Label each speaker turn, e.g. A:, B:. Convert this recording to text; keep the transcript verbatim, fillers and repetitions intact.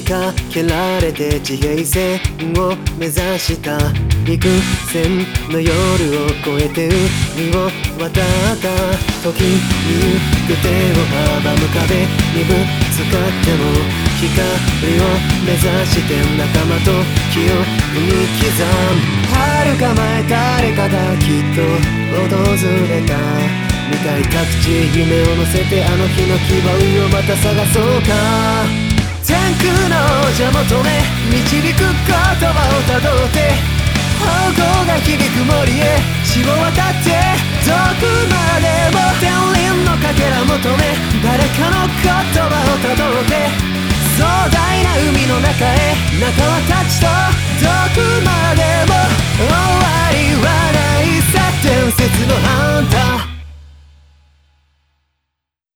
A: かけられて地平線を目指した陸線の夜を越えて海を渡った時に行く手を阻む壁にぶつかっても光を目指して仲間と気を踏み刻む遥か前誰かがきっと訪れた向かい各地夢を乗せてあの日の希望をまた探そうか天空の王者求め導く言葉をたどって方向が響く森へ潮渡って遠くまでも天輪のかけら求め誰かの言葉をたどって壮大な海の中へ仲間たちと遠くまで